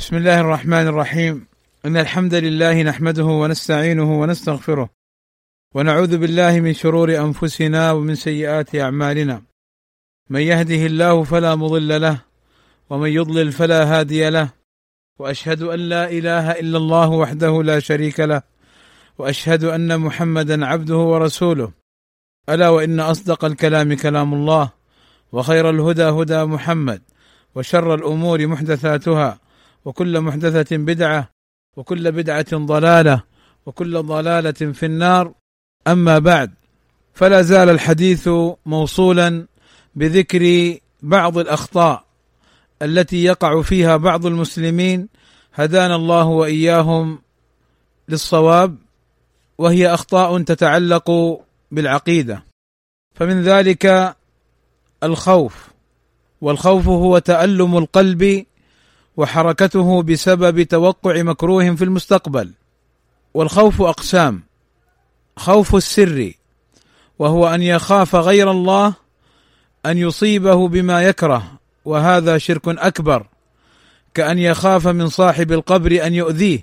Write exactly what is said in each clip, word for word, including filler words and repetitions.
بسم الله الرحمن الرحيم. إن الحمد لله نحمده ونستعينه ونستغفره ونعوذ بالله من شرور أنفسنا ومن سيئات أعمالنا، من يهده الله فلا مضل له ومن يضلل فلا هادي له، وأشهد أن لا إله إلا الله وحده لا شريك له، وأشهد أن محمدا عبده ورسوله. ألا وإن أصدق الكلام كلام الله، وخير الهدى هدى محمد، وشر الأمور محدثاتها، وكل محدثة بدعة، وكل بدعة ضلالة، وكل ضلالة في النار. أما بعد، فلا زال الحديث موصولا بذكر بعض الأخطاء التي يقع فيها بعض المسلمين، هدانا الله وإياهم للصواب، وهي أخطاء تتعلق بالعقيدة. فمن ذلك الخوف، والخوف هو تألم القلب وحركته بسبب توقع مكروه في المستقبل. والخوف أقسام: خوف السر، وهو أن يخاف غير الله أن يصيبه بما يكره، وهذا شرك أكبر، كأن يخاف من صاحب القبر أن يؤذيه،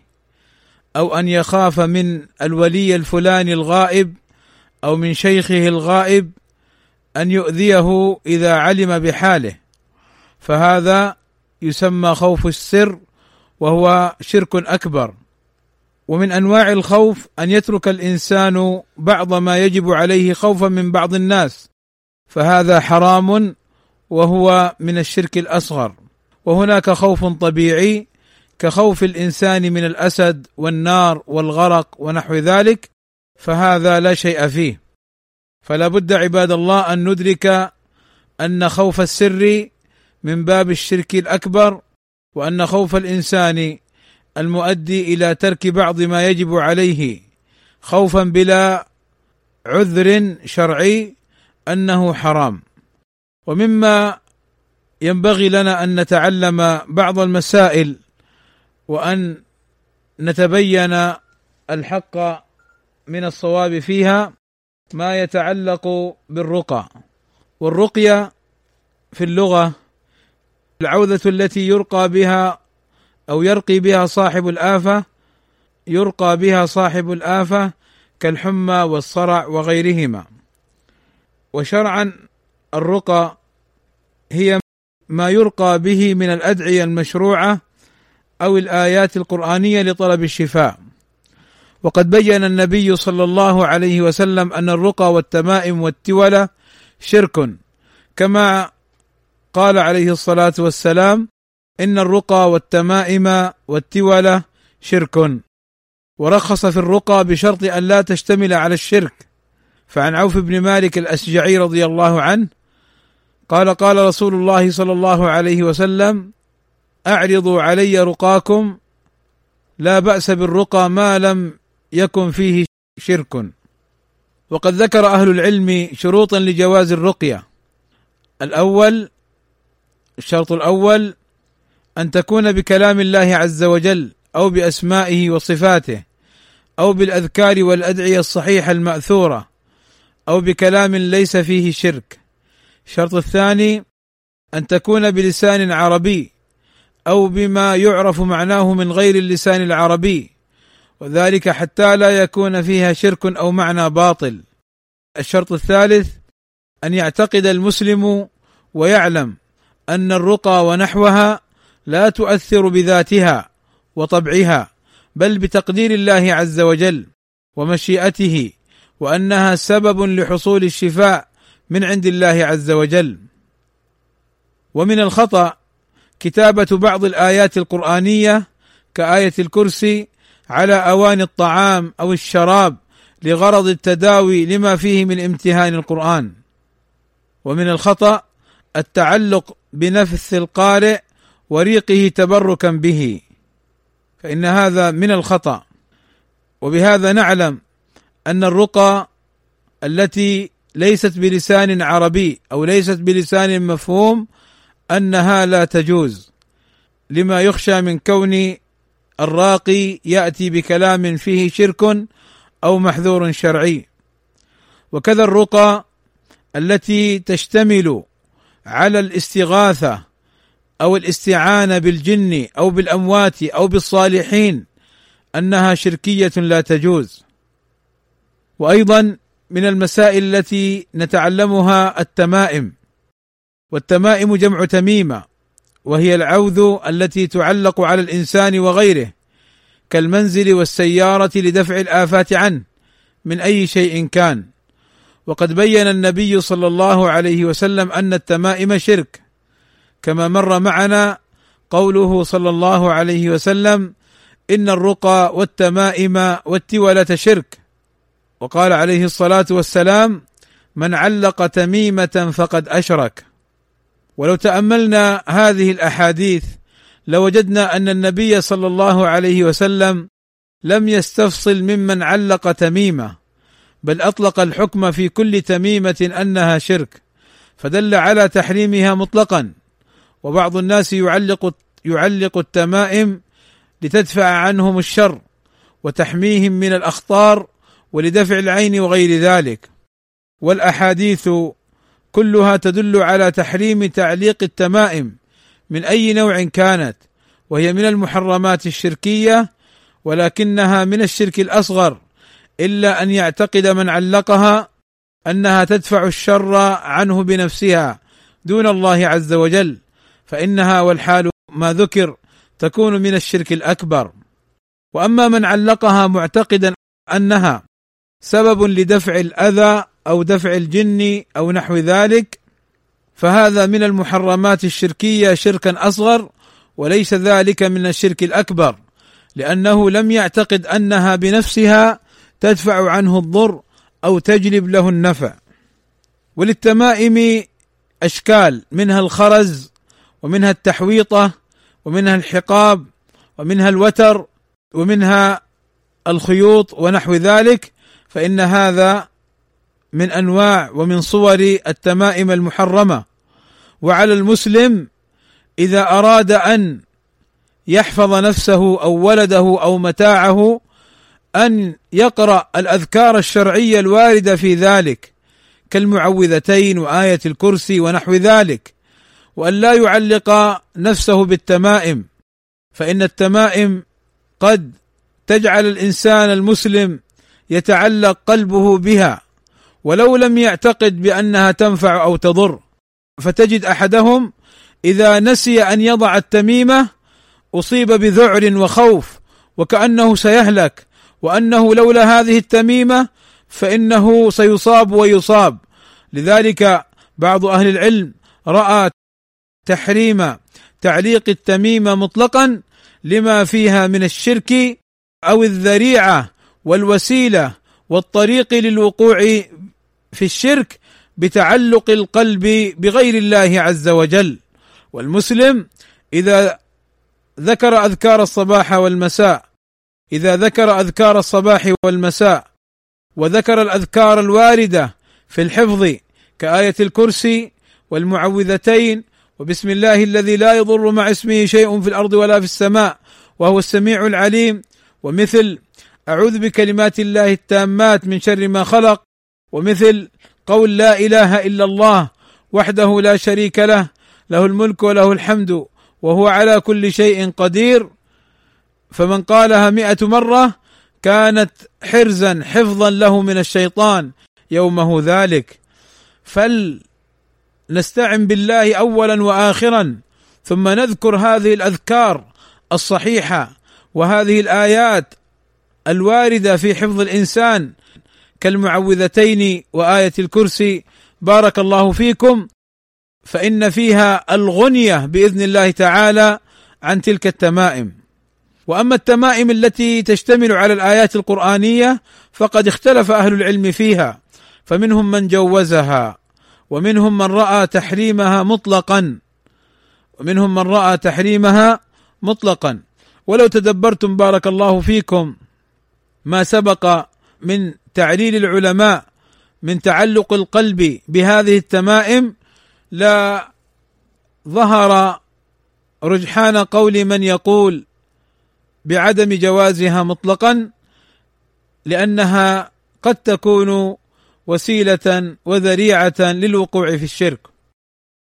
أو أن يخاف من الولي الفلاني الغائب أو من شيخه الغائب أن يؤذيه إذا علم بحاله، فهذا يسمى خوف السر، وهو شرك أكبر. ومن أنواع الخوف أن يترك الإنسان بعض ما يجب عليه خوفا من بعض الناس، فهذا حرام وهو من الشرك الأصغر. وهناك خوف طبيعي كخوف الإنسان من الأسد والنار والغرق ونحو ذلك، فهذا لا شيء فيه. فلا بد عباد الله أن ندرك أن خوف السر من باب الشرك الأكبر، وأن خوف الإنسان المؤدي إلى ترك بعض ما يجب عليه خوفا بلا عذر شرعي أنه حرام. ومما ينبغي لنا أن نتعلم بعض المسائل وأن نتبين الحق من الصواب فيها ما يتعلق بالرقى. والرقية في اللغة العوذة التي يرقى بها أو يرقي بها صاحب الآفة، يرقى بها صاحب الآفة كالحمى والصرع وغيرهما. وشرعا الرقى هي ما يرقى به من الأدعية المشروعة أو الآيات القرآنية لطلب الشفاء. وقد بين النبي صلى الله عليه وسلم أن الرقى والتمائم والتولة شرك، كما قال عليه الصلاة والسلام: إن الرقى والتمائم والتولة شرك. ورخص في الرقى بشرط أن لا تشتمل على الشرك. فعن عوف بن مالك الأشجعي رضي الله عنه قال: قال رسول الله صلى الله عليه وسلم: أعرضوا علي رقاكم، لا بأس بالرقى ما لم يكن فيه شرك. وقد ذكر أهل العلم شروطا لجواز الرقية. الأول، الشرط الأول أن تكون بكلام الله عز وجل أو بأسمائه وصفاته أو بالأذكار والأدعية الصحيحة المأثورة أو بكلام ليس فيه شرك. الشرط الثاني أن تكون بلسان عربي أو بما يعرف معناه من غير اللسان العربي، وذلك حتى لا يكون فيها شرك أو معنى باطل. الشرط الثالث أن يعتقد المسلم ويعلم أن الرقى ونحوها لا تؤثر بذاتها وطبعها، بل بتقدير الله عز وجل ومشيئته، وأنها سبب لحصول الشفاء من عند الله عز وجل. ومن الخطأ كتابة بعض الآيات القرآنية كآية الكرسي على أواني الطعام أو الشراب لغرض التداوي لما فيه من امتهان القرآن. ومن الخطأ التعلق بنفس القارئ وريقه تبركا به، فإن هذا من الخطأ. وبهذا نعلم أن الرقى التي ليست بلسان عربي أو ليست بلسان مفهوم أنها لا تجوز، لما يخشى من كون الراقي يأتي بكلام فيه شرك أو محذور شرعي. وكذا الرقى التي تشتمل على الاستغاثة أو الاستعانة بالجن أو بالأموات أو بالصالحين أنها شركية لا تجوز. وأيضا من المسائل التي نتعلمها التمائم، والتمائم جمع تميمة، وهي العوذ التي تعلق على الإنسان وغيره كالمنزل والسيارة لدفع الآفات عنه من أي شيء كان. وقد بين النبي صلى الله عليه وسلم أن التمائم شرك، كما مر معنا قوله صلى الله عليه وسلم: إن الرقى والتمائم والتولة شرك. وقال عليه الصلاة والسلام: من علق تميمة فقد أشرك. ولو تأملنا هذه الأحاديث لوجدنا أن النبي صلى الله عليه وسلم لم يستفصل ممن علق تميمة، بل أطلق الحكم في كل تميمة أنها شرك، فدل على تحريمها مطلقا. وبعض الناس يعلق يعلق التمائم لتدفع عنهم الشر وتحميهم من الأخطار ولدفع العين وغير ذلك، والأحاديث كلها تدل على تحريم تعليق التمائم من أي نوع كانت، وهي من المحرمات الشركية، ولكنها من الشرك الأصغر، إلا أن يعتقد من علقها أنها تدفع الشر عنه بنفسها دون الله عز وجل، فإنها والحال ما ذكر تكون من الشرك الأكبر. وأما من علقها معتقدا أنها سبب لدفع الأذى أو دفع الجن أو نحو ذلك، فهذا من المحرمات الشركية شركا أصغر، وليس ذلك من الشرك الأكبر، لأنه لم يعتقد أنها بنفسها تدفع عنه الضر أو تجلب له النفع. وللتمائم أشكال، منها الخرز، ومنها التحويطة، ومنها الحقاب، ومنها الوتر، ومنها الخيوط ونحو ذلك، فإن هذا من أنواع ومن صور التمائم المحرمة. وعلى المسلم إذا أراد أن يحفظ نفسه أو ولده أو متاعه أن يقرأ الأذكار الشرعية الواردة في ذلك كالمعوذتين وآية الكرسي ونحو ذلك، وأن لا يعلق نفسه بالتمائم، فإن التمائم قد تجعل الإنسان المسلم يتعلق قلبه بها ولو لم يعتقد بأنها تنفع أو تضر. فتجد أحدهم إذا نسي أن يضع التميمة أصيب بذعر وخوف وكأنه سيهلك، وأنه لولا هذه التميمة فإنه سيصاب ويصاب. لذلك بعض أهل العلم رأى تحريم تعليق التميمة مطلقا لما فيها من الشرك أو الذريعة والوسيلة والطريق للوقوع في الشرك بتعلق القلب بغير الله عز وجل. والمسلم إذا ذكر أذكار الصباح والمساء إذا ذكر أذكار الصباح والمساء وذكر الأذكار الواردة في الحفظ كآية الكرسي والمعوذتين وبسم الله الذي لا يضر مع اسمه شيء في الأرض ولا في السماء وهو السميع العليم، ومثل أعوذ بكلمات الله التامات من شر ما خلق، ومثل قول لا إله إلا الله وحده لا شريك له له الملك وله الحمد وهو على كل شيء قدير، فمن قالها مئة مرة كانت حرزا حفظا له من الشيطان يومه ذلك. فلنستعن بالله أولا وآخرا، ثم نذكر هذه الأذكار الصحيحة وهذه الآيات الواردة في حفظ الإنسان كالمعوذتين وآية الكرسي بارك الله فيكم، فإن فيها الغنية بإذن الله تعالى عن تلك التمائم. وأما التمائم التي تشتمل على الآيات القرآنية فقد اختلف أهل العلم فيها، فمنهم من جوزها ومنهم من رأى تحريمها مطلقا ومنهم من رأى تحريمها مطلقا. ولو تدبرتم بارك الله فيكم ما سبق من تعليل العلماء من تعلق القلب بهذه التمائم لا ظهر رجحان قول من يقول بعدم جوازها مطلقا، لأنها قد تكون وسيلة وذريعة للوقوع في الشرك.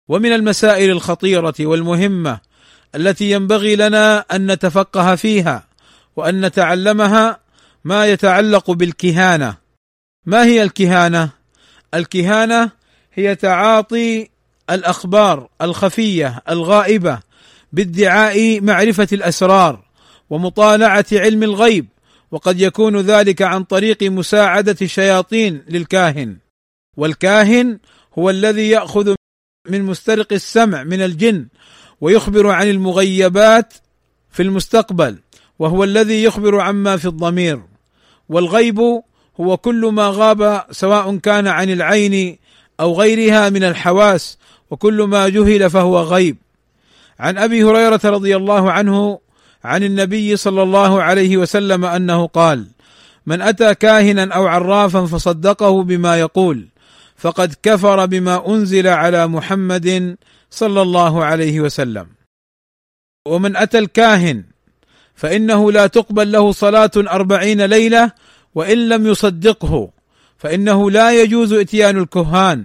ومن المسائل الخطيرة والمهمة التي ينبغي لنا أن نتفقه فيها وأن نتعلمها ما يتعلق بالكهانة. ما هي الكهانة؟ الكهانة هي تعاطي الأخبار الخفية الغائبة بادعاء معرفة الأسرار ومطالعة علم الغيب، وقد يكون ذلك عن طريق مساعدة الشياطين للكاهن. والكاهن هو الذي يأخذ من مسترق السمع من الجن ويخبر عن المغيبات في المستقبل، وهو الذي يخبر عما في الضمير. والغيب هو كل ما غاب سواء كان عن العين أو غيرها من الحواس، وكل ما جهل فهو غيب. عن أبي هريرة رضي الله عنه عن النبي صلى الله عليه وسلم أنه قال: من أتى كاهنا أو عرافا فصدقه بما يقول فقد كفر بما أنزل على محمد صلى الله عليه وسلم. ومن أتى الكاهن فإنه لا تقبل له صلاة أربعين ليلة وإن لم يصدقه، فإنه لا يجوز إتيان الكهان.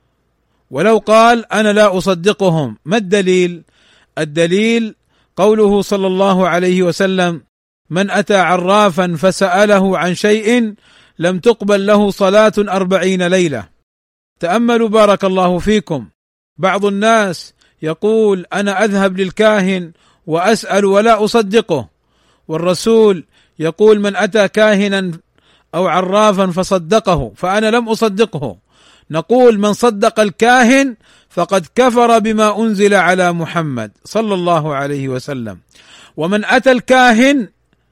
ولو قال أنا لا أصدقهم، ما الدليل؟ الدليل قوله صلى الله عليه وسلم: من أتى عرافا فسأله عن شيء لم تقبل له صلاة أربعين ليلة. تأملوا بارك الله فيكم، بعض الناس يقول أنا أذهب للكاهن وأسأل ولا أصدقه، والرسول يقول من أتى كاهنا أو عرافا فصدقه فأنا لم أصدقه. نقول من صدق الكاهن فقد كفر بما أنزل على محمد صلى الله عليه وسلم. ومن أتى الكاهن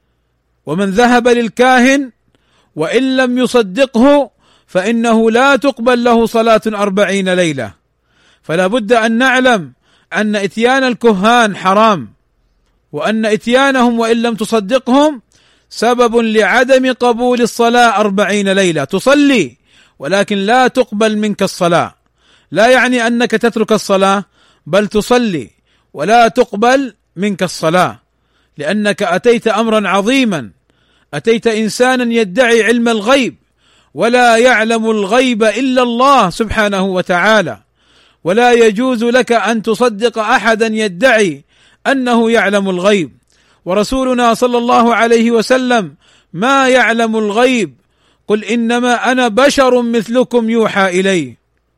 ومن ذهب للكاهن وإن لم يصدقه فإنه لا تقبل له صلاة أربعين ليلة. فلا بد أن نعلم أن إتيان الكهان حرام، وأن إتيانهم وإن لم تصدقهم سبب لعدم قبول الصلاة أربعين ليلة. تصلي ولكن لا تقبل منك الصلاة، لا يعني أنك تترك الصلاة، بل تصلي ولا تقبل منك الصلاة، لأنك أتيت أمرا عظيما، أتيت إنسانا يدعي علم الغيب ولا يعلم الغيب إلا الله سبحانه وتعالى، ولا يجوز لك أن تصدق أحدا يدعي أنه يعلم الغيب. ورسولنا صلى الله عليه وسلم ما يعلم الغيب، قل إنما أنا بشر مثلكم يوحى إلي.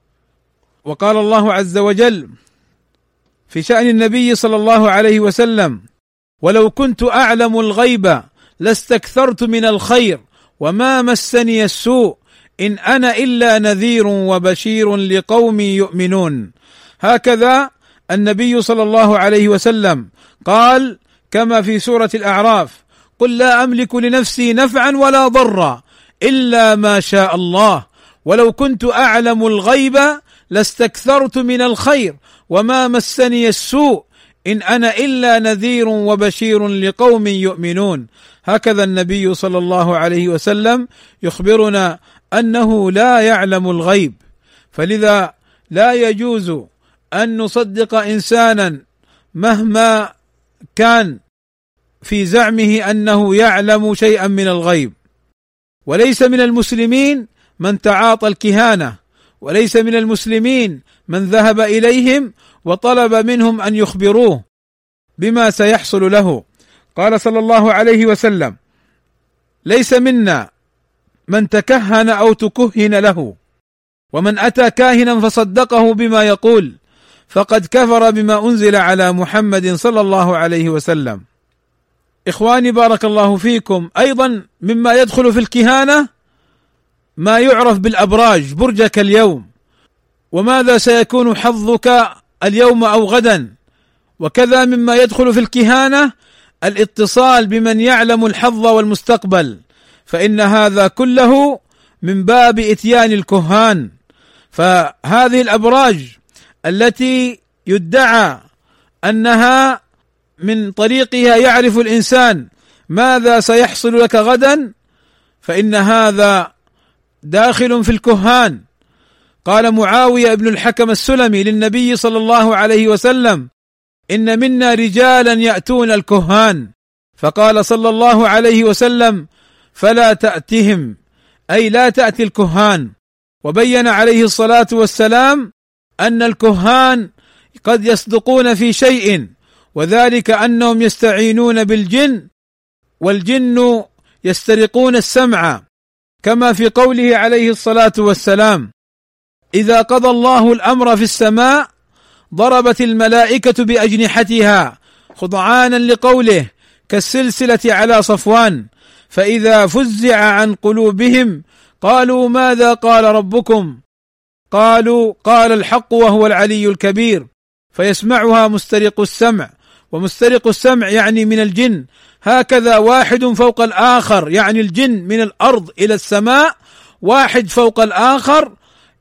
وقال الله عز وجل في شأن النبي صلى الله عليه وسلم: ولو كنت أعلم الغيب لاستكثرت من الخير وما مسني السوء إن أنا إلا نذير وبشير لقوم يؤمنون. هكذا النبي صلى الله عليه وسلم قال كما في سورة الأعراف: قل لا أملك لنفسي نفعا ولا ضرا إلا ما شاء الله ولو كنت أعلم الغيب لاستكثرت من الخير وما مسني السوء إن أنا إلا نذير وبشير لقوم يؤمنون. هكذا النبي صلى الله عليه وسلم يخبرنا أنه لا يعلم الغيب، فلذا لا يجوز أن نصدق إنسانا مهما كان في زعمه أنه يعلم شيئا من الغيب. وليس من المسلمين من تعاطى الكهانة، وليس من المسلمين من ذهب إليهم وطلب منهم أن يخبروه بما سيحصل له. قال صلى الله عليه وسلم: ليس منا من تكهن أو تكهن له، ومن أتى كاهنا فصدقه بما يقول فقد كفر بما أنزل على محمد صلى الله عليه وسلم. إخواني بارك الله فيكم، أيضا مما يدخل في الكهانة ما يعرف بالأبراج، برجك اليوم، وماذا سيكون حظك اليوم أو غدا. وكذا مما يدخل في الكهانة الاتصال بمن يعلم الحظ والمستقبل، فإن هذا كله من باب إتيان الكهان. فهذه الأبراج التي يدعى أنها من طريقها يعرف الإنسان ماذا سيحصل لك غدا، فإن هذا داخل في الكهان. قال معاوية بن الحكم السلمي للنبي صلى الله عليه وسلم: إن منا رجالا يأتون الكهان، فقال صلى الله عليه وسلم: فلا تأتهم، أي لا تأتي الكهان. وبين عليه الصلاة والسلام أن الكهان قد يصدقون في شيء، وذلك أنهم يستعينون بالجن، والجن يسترقون السمع، كما في قوله عليه الصلاة والسلام: إذا قضى الله الأمر في السماء ضربت الملائكة بأجنحتها خضعانا لقوله كالسلسلة على صفوان، فإذا فزع عن قلوبهم قالوا ماذا قال ربكم؟ قالوا قال الحق وهو العلي الكبير، فيسمعها مسترق السمع، ومسترق السمع يعني من الجن، هكذا واحد فوق الآخر، يعني الجن من الأرض إلى السماء واحد فوق الآخر،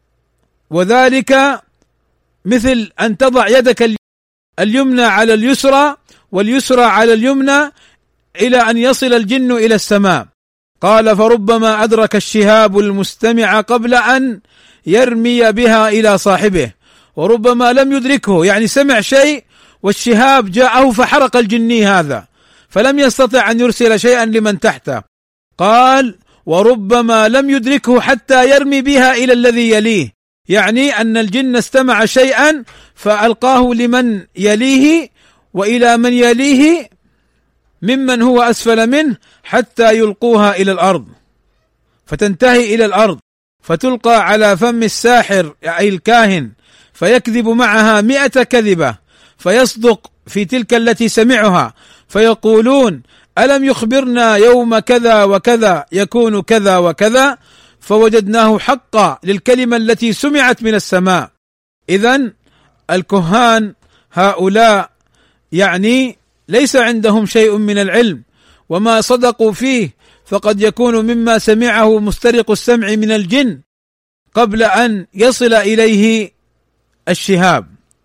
وذلك مثل أن تضع يدك اليمنى على اليسرى واليسرى على اليمنى إلى أن يصل الجن إلى السماء. قال: فربما أدرك الشهاب المستمع قبل أن يرمي بها إلى صاحبه، وربما لم يدركه، يعني سمع شيء والشهاب جاءه فحرق الجني هذا، فلم يستطع أن يرسل شيئا لمن تحته. قال: وربما لم يدركه حتى يرمي بها إلى الذي يليه، يعني أن الجن استمع شيئا فألقاه لمن يليه وإلى من يليه ممن هو أسفل منه حتى يلقوها إلى الأرض، فتنتهي إلى الأرض، فتلقى على فم الساحر أي الكاهن، فيكذب معها مئة كذبة، فيصدق في تلك التي سمعها، فيقولون: ألم يخبرنا يوم كذا وكذا يكون كذا وكذا، فوجدناه حقا للكلمة التي سمعت من السماء. إذن الكهان هؤلاء يعني ليس عندهم شيء من العلم، وما صدقوا فيه فقد يكون مما سمعه مسترق السمع من الجن قبل أن يصل إليه الشهاب.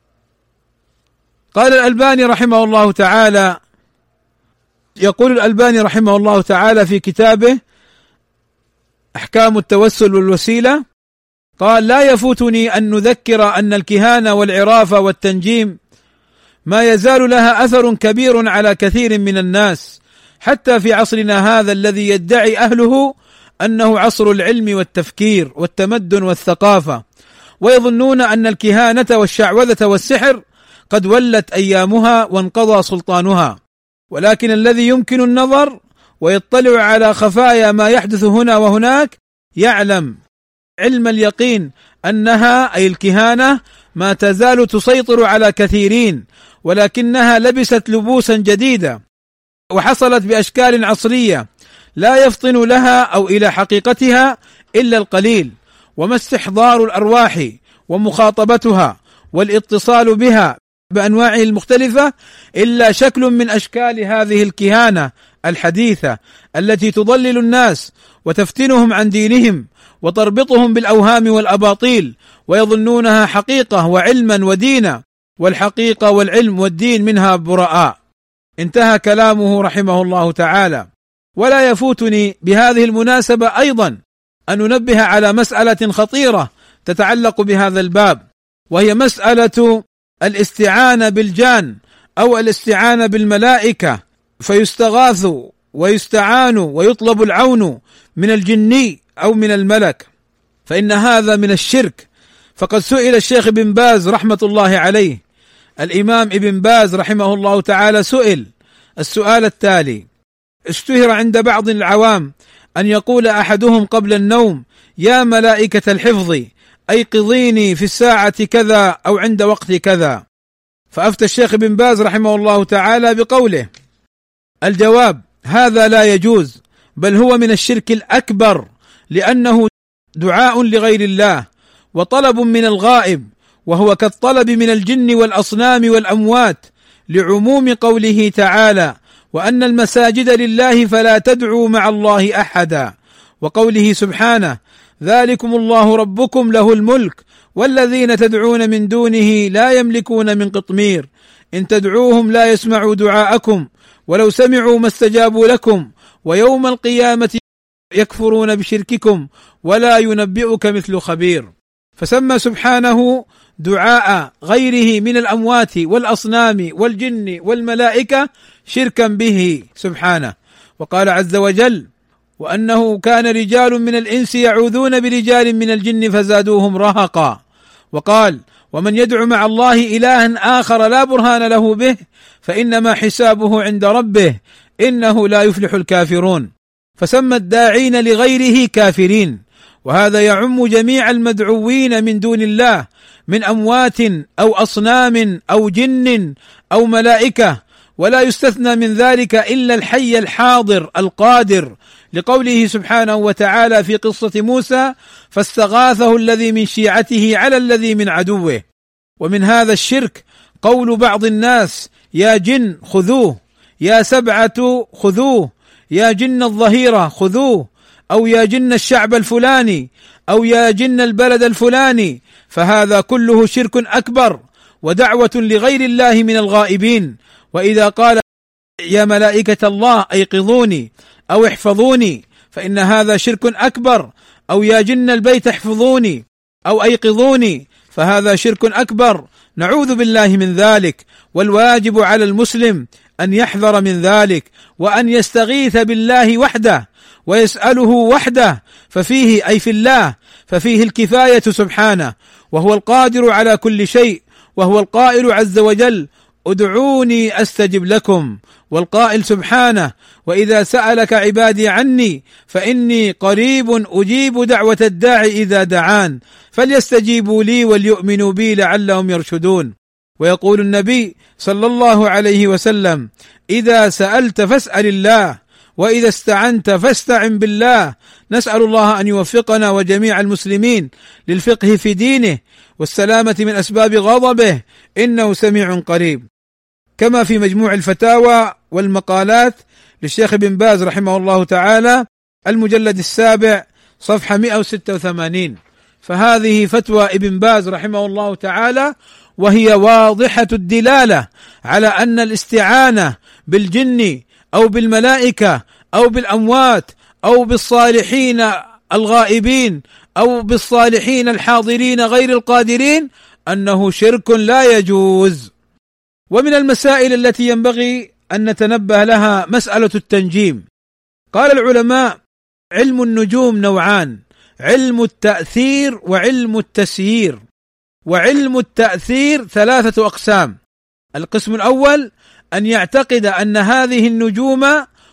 قال الألباني رحمه الله تعالى، يقول الألباني رحمه الله تعالى في كتابه أحكام التوسل والوسيلة، قال: لا يفوتني أن نذكر أن الكهانة والعرافة والتنجيم ما يزال لها أثر كبير على كثير من الناس، حتى في عصرنا هذا الذي يدعي أهله أنه عصر العلم والتفكير والتمدن والثقافة، ويظنون أن الكهانة والشعوذة والسحر قد ولت أيامها وانقضى سلطانها. ولكن الذي يمكن النظر ويطلع على خفايا ما يحدث هنا وهناك يعلم علم اليقين أنها أي الكهانة ما تزال تسيطر على كثيرين، ولكنها لبست لبوسا جديدة وحصلت بأشكال عصرية لا يفطن لها أو إلى حقيقتها إلا القليل. وما استحضار الأرواح ومخاطبتها والاتصال بها بأنواعه المختلفة إلا شكل من أشكال هذه الكهانة الحديثة التي تضلل الناس وتفتنهم عن دينهم وتربطهم بالأوهام والأباطيل، ويظنونها حقيقة وعلما ودينا، والحقيقة والعلم والدين منها براء. انتهى كلامه رحمه الله تعالى. ولا يفوتني بهذه المناسبة أيضا أن ننبه على مسألة خطيرة تتعلق بهذا الباب، وهي مسألة الاستعانة بالجان أو الاستعانة بالملائكة، فيستغاث ويستعان ويطلب العون من الجني أو من الملك، فإن هذا من الشرك. فقد سئل الشيخ ابن باز رحمة الله عليه، الإمام ابن باز رحمه الله تعالى سئل السؤال التالي: اشتهر عند بعض العوام أن يقول أحدهم قبل النوم: يا ملائكة الحفظ أيقظيني في الساعة كذا أو عند وقت كذا. فأفتى الشيخ ابن باز رحمه الله تعالى بقوله: الجواب: هذا لا يجوز، بل هو من الشرك الأكبر، لأنه دعاء لغير الله وطلب من الغائب، وهو كالطلب من الجن والأصنام والأموات، لعموم قوله تعالى: وأن المساجد لله فلا تدعوا مع الله أحدا، وقوله سبحانه: ذلكم الله ربكم له الملك والذين تدعون من دونه لا يملكون من قطمير إن تدعوهم لا يسمعوا دعاءكم ولو سمعوا ما استجابوا لكم ويوم القيامة يكفرون بشرككم ولا ينبئك مثل خبير. فسمى سبحانه دعاء غيره من الأموات والأصنام والجن والملائكة شركا به سبحانه. وقال عز وجل: وأنه كان رجال من الإنس يعوذون برجال من الجن فزادوهم رهقا. وقال: ومن يدعو مع الله إلها آخر لا برهان له به فإنما حسابه عند ربه إنه لا يفلح الكافرون. فسمى الداعين لغيره كافرين، وهذا يعم جميع المدعوين من دون الله من أموات أو أصنام أو جن أو ملائكة، ولا يستثنى من ذلك إلا الحي الحاضر القادر، لقوله سبحانه وتعالى في قصة موسى: فاستغاثه الذي من شيعته على الذي من عدوه. ومن هذا الشرك قول بعض الناس: يا جن خذوه، يا سبعة خذوه، يا جن الظهيرة خذوه، أو يا جن الشعب الفلاني، أو يا جن البلد الفلاني، فهذا كله شرك أكبر ودعوة لغير الله من الغائبين. وإذا قال يا ملائكة الله أيقظوني أو احفظوني فإن هذا شرك أكبر، أو يا جن البيت احفظوني أو أيقظوني فهذا شرك أكبر، نعوذ بالله من ذلك. والواجب على المسلم أن يحذر من ذلك، وأن يستغيث بالله وحده ويسأله وحده، ففيه أي في الله ففيه الكفاية سبحانه، وهو القادر على كل شيء، وهو القائل عز وجل: ادعوني أستجب لكم، والقائل سبحانه: وإذا سألك عبادي عني فإني قريب أجيب دعوة الداعي إذا دعان فليستجيبوا لي وليؤمنوا بي لعلهم يرشدون. ويقول النبي صلى الله عليه وسلم: إذا سألت فاسأل الله، وإذا استعنت فاستعن بالله. نسأل الله أن يوفقنا وجميع المسلمين للفقه في دينه والسلامة من أسباب غضبه، إنه سميع قريب. كما في مجموع الفتاوى والمقالات للشيخ ابن باز رحمه الله تعالى المجلد السابع صفحة مئة وستة وثمانين، فهذه فتوى ابن باز رحمه الله تعالى، وهي واضحة الدلالة على أن الاستعانة بالجن أو بالملائكة أو بالأموات أو بالصالحين الغائبين أو بالصالحين الحاضرين غير القادرين أنه شرك لا يجوز. ومن المسائل التي ينبغي أن نتنبه لها مسألة التنجيم. قال العلماء: علم النجوم نوعان: علم التأثير وعلم التسيير. وعلم التأثير ثلاثة أقسام: القسم الأول أن يعتقد أن هذه النجوم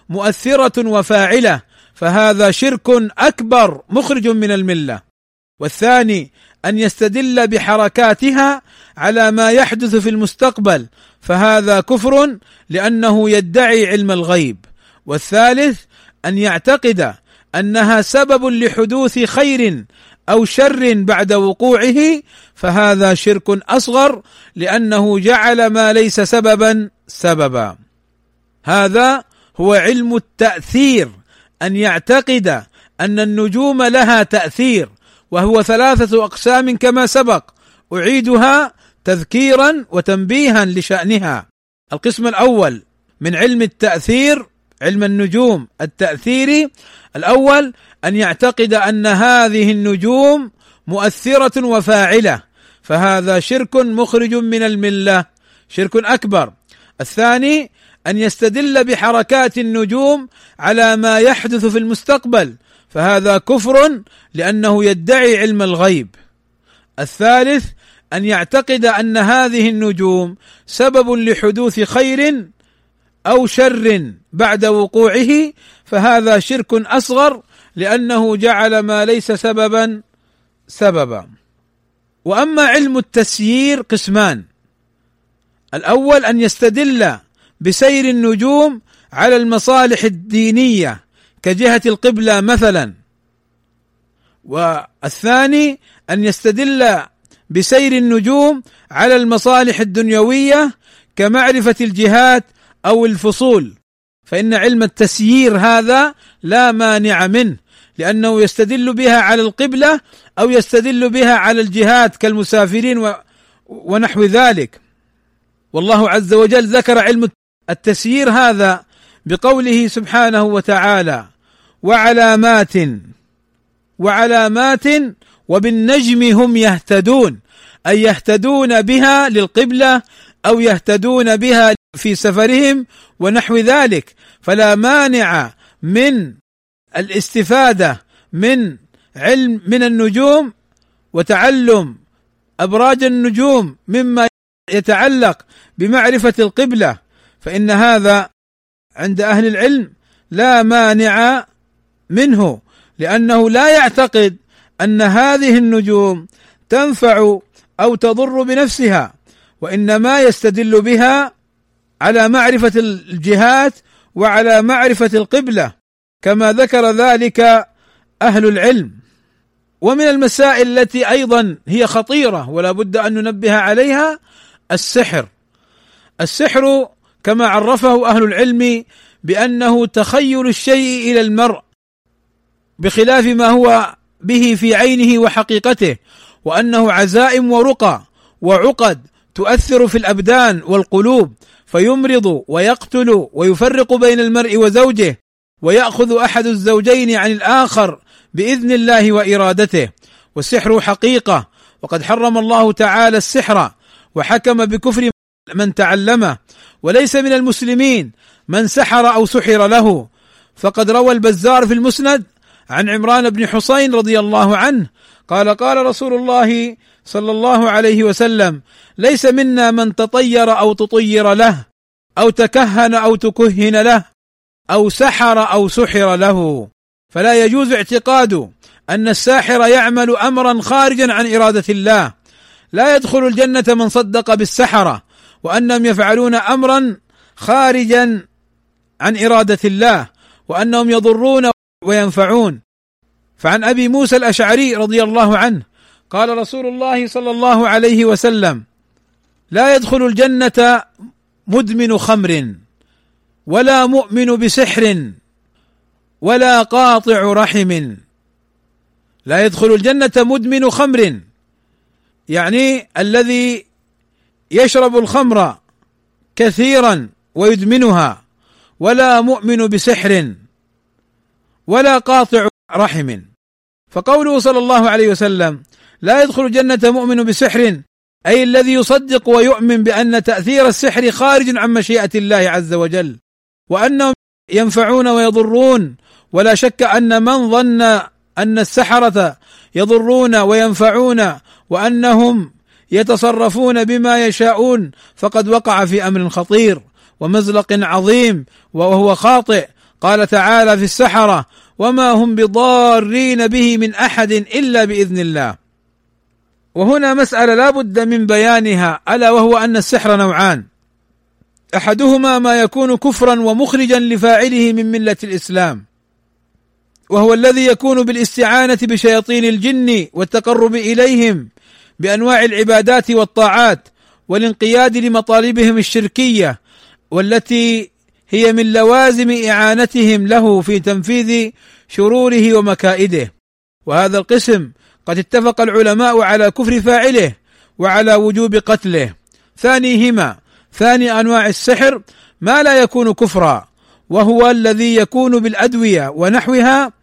مؤثرة وفاعلة، فهذا شرك أكبر مخرج من الملة. والثاني أن يستدل بحركاتها على ما يحدث في المستقبل، فهذا كفر لأنه يدعي علم الغيب. والثالث أن يعتقد أنها سبب لحدوث خير أو شر بعد وقوعه، فهذا شرك أصغر لأنه جعل ما ليس سببا سببا. هذا هو علم التأثير، أن يعتقد أن النجوم لها تأثير، وهو ثلاثة أقسام كما سبق، أعيدها تذكيرا وتنبيها لشأنها. القسم الأول من علم التأثير، علم النجوم التأثيري، الأول أن يعتقد أن هذه النجوم مؤثرة وفاعلة، فهذا شرك مخرج من الملة، شرك أكبر. الثاني أن يستدل بحركات النجوم على ما يحدث في المستقبل، فهذا كفر لأنه يدعي علم الغيب. الثالث أن يعتقد أن هذه النجوم سبب لحدوث خير أو شر بعد وقوعه، فهذا شرك أصغر لأنه جعل ما ليس سببا سببا. وأما علم التسيير قسمان: الأول أن يستدل بسير النجوم على المصالح الدينية كجهة القبلة مثلا. والثاني أن يستدل بسير النجوم على المصالح الدنيوية كمعرفة الجهات أو الفصول، فإن علم التسيير هذا لا مانع منه، لأنه يستدل بها على القبلة أو يستدل بها على الجهات كالمسافرين ونحو ذلك. والله عز وجل ذكر علم التسيير هذا بقوله سبحانه وتعالى: وعلامات وعلامات وبالنجم هم يهتدون، أي يهتدون بها للقبلة أو يهتدون بها في سفرهم ونحو ذلك. فلا مانع من الاستفادة من علم من النجوم وتعلم أبراج النجوم مما يتعلق بمعرفة القبلة، فإن هذا عند أهل العلم لا مانع منه، لأنه لا يعتقد أن هذه النجوم تنفع أو تضر بنفسها، وإنما يستدل بها على معرفة الجهات وعلى معرفة القبلة كما ذكر ذلك أهل العلم. ومن المسائل التي أيضا هي خطيرة ولا بد أن ننبه عليها السحر. السحر كما عرفه أهل العلم بأنه تخيل الشيء إلى المرء بخلاف ما هو به في عينه وحقيقته، وأنه عزائم ورقى وعقد تؤثر في الأبدان والقلوب فيمرض ويقتل ويفرق بين المرء وزوجه، ويأخذ أحد الزوجين عن الآخر بإذن الله وإرادته. والسحر حقيقة، وقد حرم الله تعالى السحر وحكم بكفر من تعلمه، وليس من المسلمين من سحر أو سحر له. فقد روى البزار في المسند عن عمران بن حسين رضي الله عنه قال قال رسول الله صلى الله عليه وسلم: ليس منا من تطير أو تطير له أو تكهن أو تكهن له أو سحر أو سحر له. فلا يجوز اعتقاد أن الساحر يعمل أمرا خارجا عن إرادة الله. لا يدخل الجنة من صدق بالسحرة وأنهم يفعلون أمرا خارجا عن إرادة الله، وأنهم يضرون وينفعون. فعن أبي موسى الأشعري رضي الله عنه قال رسول الله صلى الله عليه وسلم: لا يدخل الجنة مدمن خمر ولا مؤمن بسحر ولا قاطع رحم. لا يدخل الجنة مدمن خمر، يعني الذي يشرب الخمر كثيرا ويدمنها، ولا مؤمن بسحر ولا قاطع رحم. فقوله صلى الله عليه وسلم لا يدخل الجنة مؤمن بسحر، أي الذي يصدق ويؤمن بأن تأثير السحر خارج عن مشيئة الله عز وجل، وأنهم ينفعون ويضرون. ولا شك أن من ظن أن السحرة يضرون وينفعون وأنهم يتصرفون بما يشاءون فقد وقع في أمر خطير ومزلق عظيم وهو خاطئ. قال تعالى في السحرة: وما هم بضارين به من أحد إلا بإذن الله. وهنا مسألة لا بد من بيانها، ألا وهو أن السحر نوعان: أحدهما ما يكون كفرا ومخرجا لفاعله من ملة الإسلام، وهو الذي يكون بالاستعانة بشياطين الجن والتقرب إليهم بأنواع العبادات والطاعات والانقياد لمطالبهم الشركية، والتي هي من لوازم إعانتهم له في تنفيذ شروره ومكائده. وهذا القسم قد اتفق العلماء على كفر فاعله وعلى وجوب قتله. ثانيهما ثاني أنواع السحر ما لا يكون كفرا، وهو الذي يكون بالأدوية ونحوها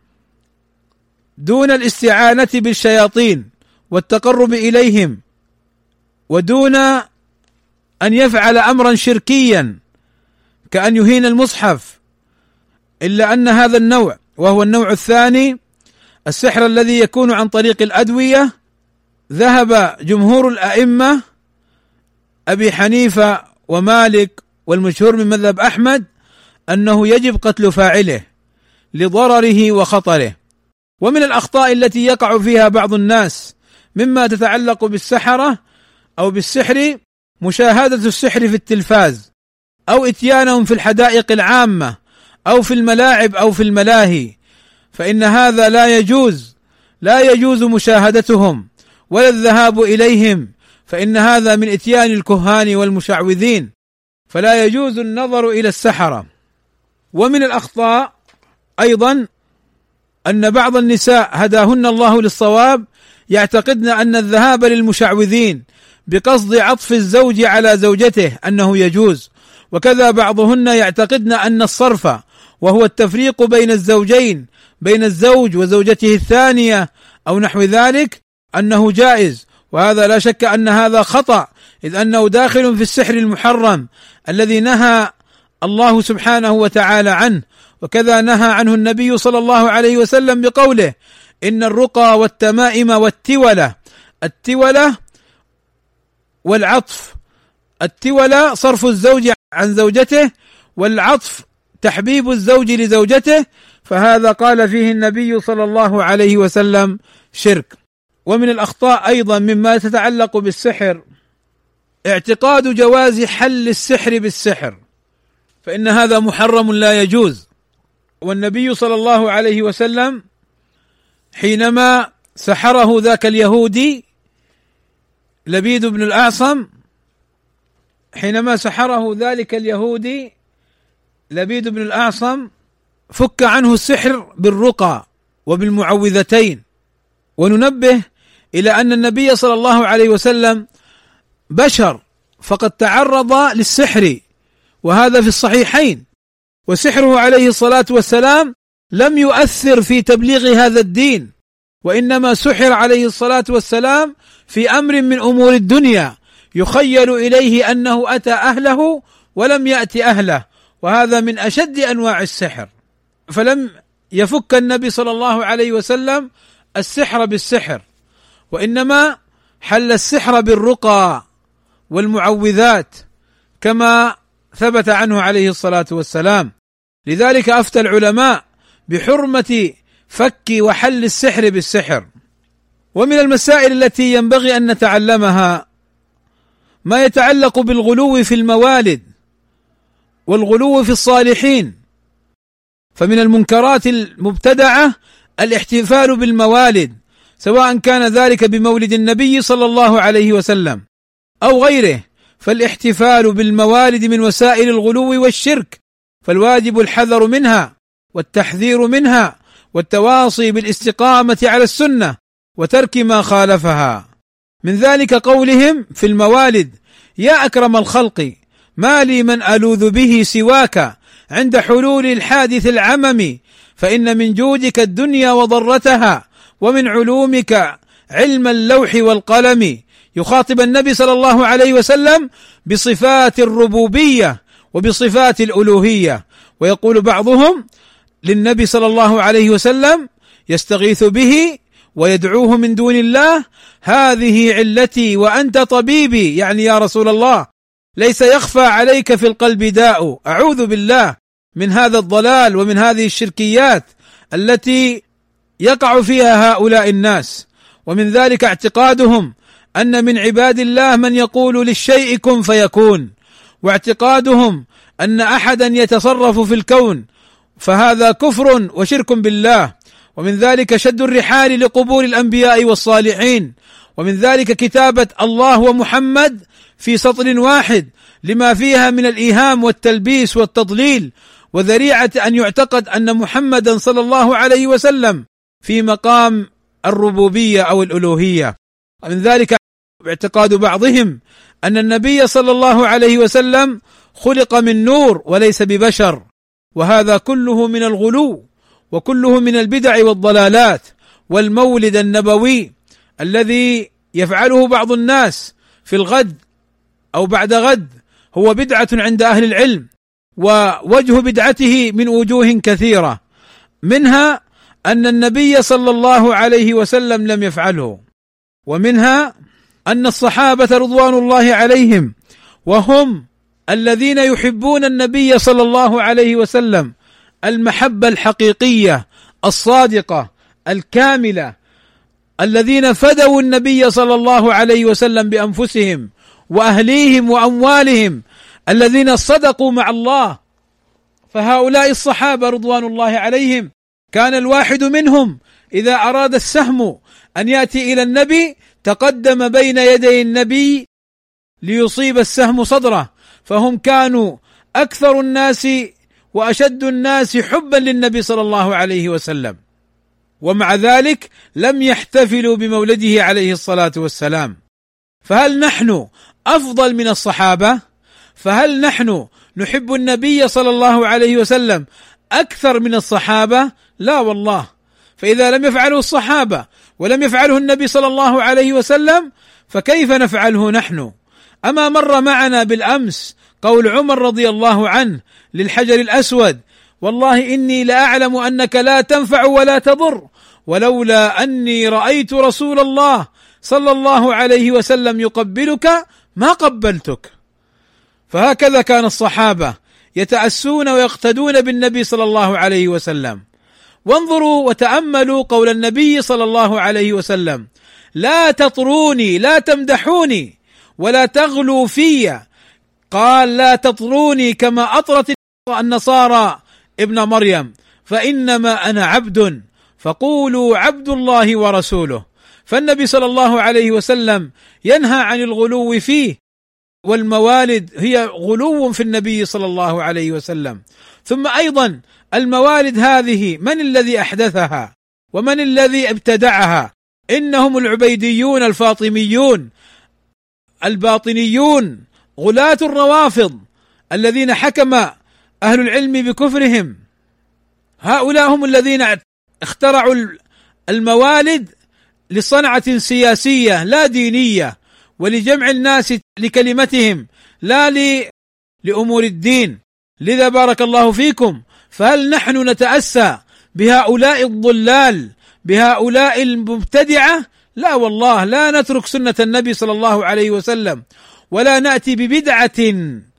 دون الاستعانة بالشياطين والتقرب إليهم، ودون أن يفعل أمرا شركيا كأن يهين المصحف. إلا أن هذا النوع وهو النوع الثاني السحر الذي يكون عن طريق الأدوية، ذهب جمهور الأئمة أبي حنيفة ومالك والمشهور من مذهب أحمد أنه يجب قتل فاعله لضرره وخطره. ومن الأخطاء التي يقع فيها بعض الناس مما تتعلق بالسحرة أو بالسحر مشاهدة السحر في التلفاز، أو إتيانهم في الحدائق العامة أو في الملاعب أو في الملاهي، فإن هذا لا يجوز لا يجوز مشاهدتهم ولا الذهاب إليهم، فإن هذا من إتيان الكهان والمشعوذين، فلا يجوز النظر إلى السحرة. ومن الأخطاء أيضا أن بعض النساء هداهن الله للصواب يعتقدن أن الذهاب للمشعوذين بقصد عطف الزوج على زوجته أنه يجوز، وكذا بعضهن يعتقدن أن الصرف وهو التفريق بين الزوجين بين الزوج وزوجته الثانية أو نحو ذلك أنه جائز، وهذا لا شك أن هذا خطأ، إذ أنه داخل في السحر المحرم الذي نهى الله سبحانه وتعالى عنه، وكذا نهى عنه النبي صلى الله عليه وسلم بقوله: إن الرقى والتمائم والتولة. التولة والعطف. التولى صرف الزوج عن زوجته، والعطف تحبيب الزوج لزوجته، فهذا قال فيه النبي صلى الله عليه وسلم شرك. ومن الأخطاء أيضا مما تتعلق بالسحر اعتقاد جواز حل السحر بالسحر، فإن هذا محرم لا يجوز. والنبي صلى الله عليه وسلم حينما سحره ذاك اليهودي لبيد بن الأعصم حينما سحره ذلك اليهودي لبيد بن الأعصم فك عنه السحر بالرقى وبالمعوذتين. وننبه إلى أن النبي صلى الله عليه وسلم بشر، فقد تعرض للسحر، وهذا في الصحيحين، وسحره عليه الصلاة والسلام لم يؤثر في تبليغ هذا الدين، وإنما سحر عليه الصلاة والسلام في أمر من أمور الدنيا يخيل إليه أنه أتى أهله ولم يأتي أهله، وهذا من أشد أنواع السحر. فلم يفك النبي صلى الله عليه وسلم السحر بالسحر، وإنما حل السحر بالرقى والمعوذات كما ثبت عنه عليه الصلاة والسلام. لذلك أفتى العلماء بحرمة فك وحل السحر بالسحر. ومن المسائل التي ينبغي أن نتعلمها ما يتعلق بالغلو في الموالد والغلو في الصالحين. فمن المنكرات المبتدعة الاحتفال بالموالد، سواء كان ذلك بمولد النبي صلى الله عليه وسلم أو غيره، فالاحتفال بالموالد من وسائل الغلو والشرك، فالواجب الحذر منها والتحذير منها والتواصي بالاستقامة على السنة وترك ما خالفها. من ذلك قولهم في الموالد: يا أكرم الخلق ما لي من ألوذ به سواك عند حلول الحادث العمم، فإن من جودك الدنيا وضرتها ومن علومك علم اللوح والقلم. يخاطب النبي صلى الله عليه وسلم بصفات الربوبية وبصفات الألوهية، ويقول بعضهم للنبي صلى الله عليه وسلم يستغيث به ويدعوه من دون الله: هذه علتي وأنت طبيبي، يعني يا رسول الله ليس يخفى عليك في القلب داء. أعوذ بالله من هذا الضلال ومن هذه الشركيات التي يقع فيها هؤلاء الناس. ومن ذلك اعتقادهم أن من عباد الله من يقول للشيء كن فيكون، واعتقادهم أن أحدا يتصرف في الكون، فهذا كفر وشرك بالله. ومن ذلك شد الرحال لقبور الأنبياء والصالحين، ومن ذلك كتابة الله ومحمد في سطر واحد لما فيها من الإيهام والتلبيس والتضليل، وذريعة أن يعتقد أن محمدا صلى الله عليه وسلم في مقام الربوبية أو الألوهية. ومن ذلك اعتقاد بعضهم أن النبي صلى الله عليه وسلم خلق من نور وليس ببشر، وهذا كله من الغلو وكله من البدع والضلالات. والمولد النبوي الذي يفعله بعض الناس في الغد أو بعد غد هو بدعة عند أهل العلم، ووجه بدعته من وجوه كثيرة، منها أن النبي صلى الله عليه وسلم لم يفعله، ومنها أن الصحابة رضوان الله عليهم وهم الذين يحبون النبي صلى الله عليه وسلم المحبة الحقيقية الصادقة الكاملة، الذين فدوا النبي صلى الله عليه وسلم بأنفسهم وأهليهم وأموالهم، الذين صدقوا مع الله. فهؤلاء الصحابة رضوان الله عليهم كان الواحد منهم إذا أراد السهم أن يأتي إلى النبي تقدم بين يدي النبي ليصيب السهم صدره، فهم كانوا أكثر الناس وأشد الناس حبا للنبي صلى الله عليه وسلم، ومع ذلك لم يحتفلوا بمولده عليه الصلاة والسلام. فهل نحن أفضل من الصحابة؟ فهل نحن نحب النبي صلى الله عليه وسلم أكثر من الصحابة؟ لا والله. فإذا لم يفعله الصحابة ولم يفعله النبي صلى الله عليه وسلم فكيف نفعله نحن؟ أما مر معنا بالأمس قول عمر رضي الله عنه للحجر الأسود: والله إني لأعلم أنك لا تنفع ولا تضر، ولولا أني رأيت رسول الله صلى الله عليه وسلم يقبلك ما قبلتك. فهكذا كان الصحابة يتأسون ويقتدون بالنبي صلى الله عليه وسلم. وانظروا وتأملوا قول النبي صلى الله عليه وسلم: لا تطروني، لا تمدحوني، ولا تغلوا في. قال: لا تطروني كما أطرت النصارى ابن مريم، فإنما أنا عبد، فقولوا عبد الله ورسوله. فالنبي صلى الله عليه وسلم ينهى عن الغلو فيه، والموالد هي غلو في النبي صلى الله عليه وسلم. ثم أيضا الموالد هذه من الذي أحدثها ومن الذي ابتدعها؟ إنهم العبيديون الفاطميون الباطنيون غلاة الروافض الذين حكم أهل العلم بكفرهم. هؤلاء هم الذين اخترعوا الموالد لصنعة سياسية لا دينية، ولجمع الناس لكلمتهم لا لأمور الدين. لذا بارك الله فيكم، فهل نحن نتأسى بهؤلاء الضلال، بهؤلاء المبتدعة؟ لا والله، لا نترك سنة النبي صلى الله عليه وسلم، ولا نأتي ببدعة.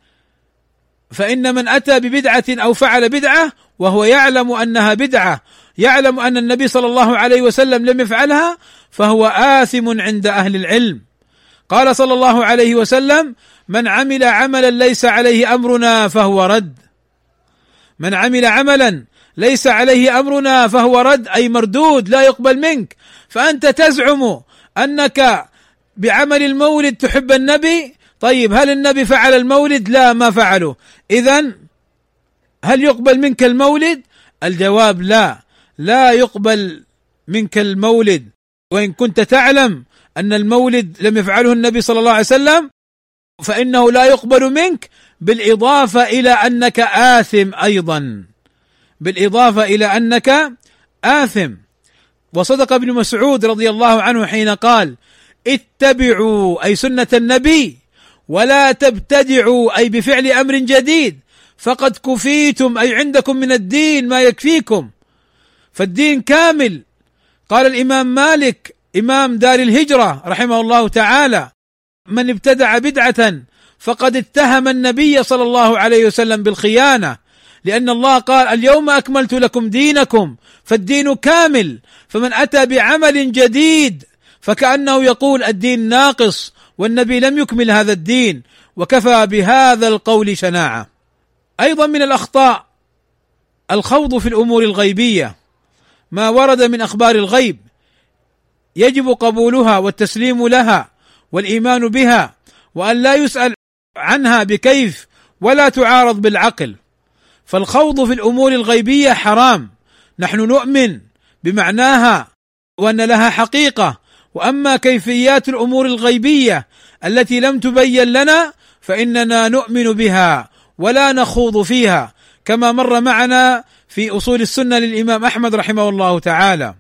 فإن من أتى ببدعة أو فعل بدعة وهو يعلم أنها بدعة، يعلم أن النبي صلى الله عليه وسلم لم يفعلها، فهو آثم عند أهل العلم. قال صلى الله عليه وسلم: من عمل عملا ليس عليه أمرنا فهو رد. من عمل عملا ليس عليه أمرنا فهو رد، أي مردود، لا يقبل منك. فأنت تزعم أنك بعمل المولد تحب النبي، طيب هل النبي فعل المولد؟ لا، ما فعله. إذن هل يقبل منك المولد؟ الجواب لا، لا يقبل منك المولد، وإن كنت تعلم أن المولد لم يفعله النبي صلى الله عليه وسلم فإنه لا يقبل منك، بالإضافة إلى أنك آثم أيضا، بالإضافة إلى أنك آثم. وصدق ابن مسعود رضي الله عنه حين قال: اتبعوا، أي سنة النبي، ولا تبتدعوا، أي بفعل أمر جديد، فقد كفيتم، أي عندكم من الدين ما يكفيكم، فالدين كامل. قال الإمام مالك إمام دار الهجرة رحمه الله تعالى: من ابتدع بدعة فقد اتهم النبي صلى الله عليه وسلم بالخيانة، لأن الله قال: اليوم أكملت لكم دينكم، فالدين كامل. فمن أتى بعمل جديد فكأنه يقول الدين ناقص، والنبي لم يكمل هذا الدين، وكفى بهذا القول شناعة. أيضا من الأخطاء الخوض في الأمور الغيبية، ما ورد من أخبار الغيب يجب قبولها والتسليم لها والإيمان بها، وأن لا يسأل عنها بكيف ولا تعارض بالعقل. فالخوض في الأمور الغيبية حرام، نحن نؤمن بمعناها وأن لها حقيقة، وأما كيفيات الأمور الغيبية التي لم تبين لنا فإننا نؤمن بها ولا نخوض فيها، كما مر معنا في أصول السنة للإمام أحمد رحمه الله تعالى.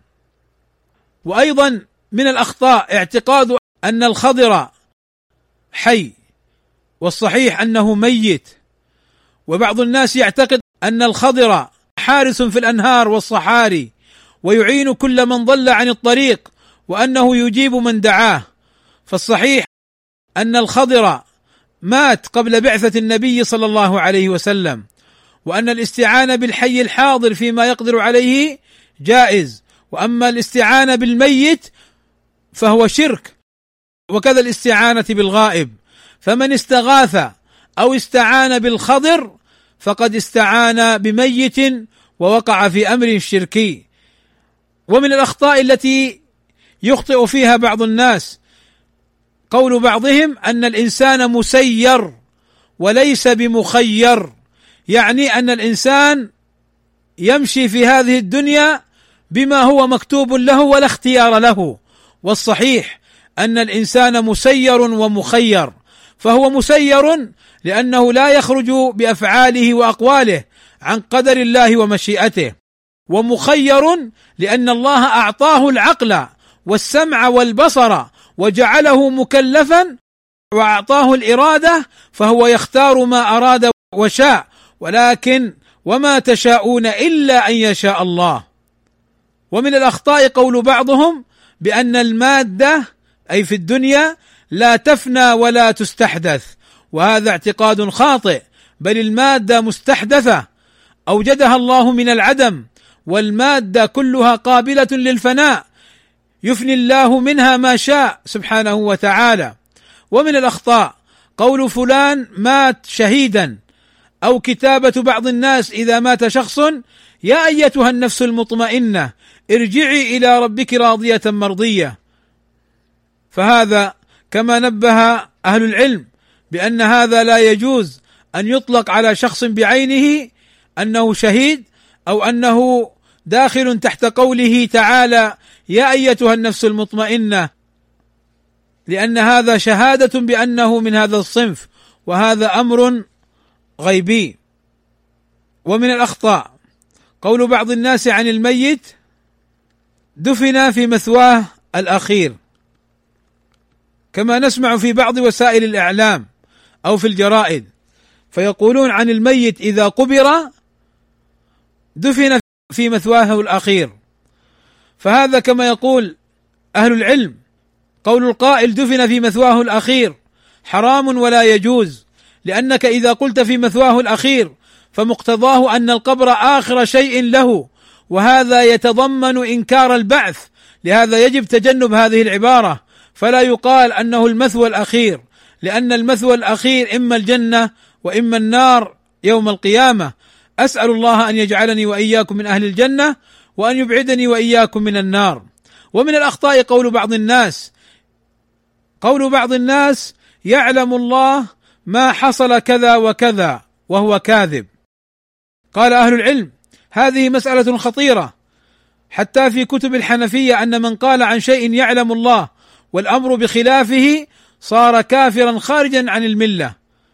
وأيضا من الأخطاء اعتقاد أن الخضر حي، والصحيح أنه ميت. وبعض الناس يعتقد أن الخضر حارس في الأنهار والصحاري، ويعين كل من ضل عن الطريق، وأنه يجيب من دعاه. فالصحيح أن الخضر مات قبل بعثة النبي صلى الله عليه وسلم، وأن الاستعانة بالحي الحاضر فيما يقدر عليه جائز، وأما الاستعانة بالميت فهو شرك، وكذا الاستعانة بالغائب. فمن استغاث أو استعان بالخضر فقد استعان بميت ووقع في أمر شركي. ومن الأخطاء التي يخطئ فيها بعض الناس قول بعضهم أن الإنسان مسير وليس بمخير، يعني أن الإنسان يمشي في هذه الدنيا بما هو مكتوب له ولا اختيار له. والصحيح أن الإنسان مسير ومخير، فهو مسير لأنه لا يخرج بأفعاله وأقواله عن قدر الله ومشيئته، ومخير لأن الله أعطاه العقل والسمع والبصر وجعله مكلفا وأعطاه الإرادة، فهو يختار ما أراد وشاء، ولكن وما تشاءون إلا أن يشاء الله. ومن الأخطاء قول بعضهم بأن المادة أي في الدنيا لا تفنى ولا تستحدث، وهذا اعتقاد خاطئ، بل المادة مستحدثة أوجدها الله من العدم، والمادة كلها قابلة للفناء، يفني الله منها ما شاء سبحانه وتعالى. ومن الأخطاء قول فلان مات شهيدا، أو كتابة بعض الناس إذا مات شخص: يا أيتها النفس المطمئنة ارجعي إلى ربك راضية مرضية. فهذا كما نبه أهل العلم بأن هذا لا يجوز أن يطلق على شخص بعينه أنه شهيد، أو أنه داخل تحت قوله تعالى: يا أيتها النفس المطمئنة، لأن هذا شهادة بأنه من هذا الصنف، وهذا أمر غيبي. ومن الأخطاء قول بعض الناس عن الميت: دفن في مثواه الأخير، كما نسمع في بعض وسائل الإعلام أو في الجرائد، فيقولون عن الميت إذا قبر دفن في مثواه الأخير. فهذا كما يقول أهل العلم قول القائل دفن في مثواه الأخير حرام ولا يجوز، لأنك إذا قلت في مثواه الأخير فمقتضاه أن القبر آخر شيء له، وهذا يتضمن إنكار البعث، لهذا يجب تجنب هذه العبارة، فلا يقال أنه المثوى الأخير، لأن المثوى الأخير إما الجنة وإما النار يوم القيامة. أسأل الله أن يجعلني وإياكم من أهل الجنة، وأن يبعدني وإياكم من النار. ومن الأخطاء قول بعض الناس قول بعض الناس يعلم الله ما حصل كذا وكذا، وهو كاذب. قال أهل العلم هذه مسألة خطيرة، حتى في كتب الحنفية أن من قال عن شيء يعلم الله والأمر بخلافه صار كافرا خارجا عن الملة.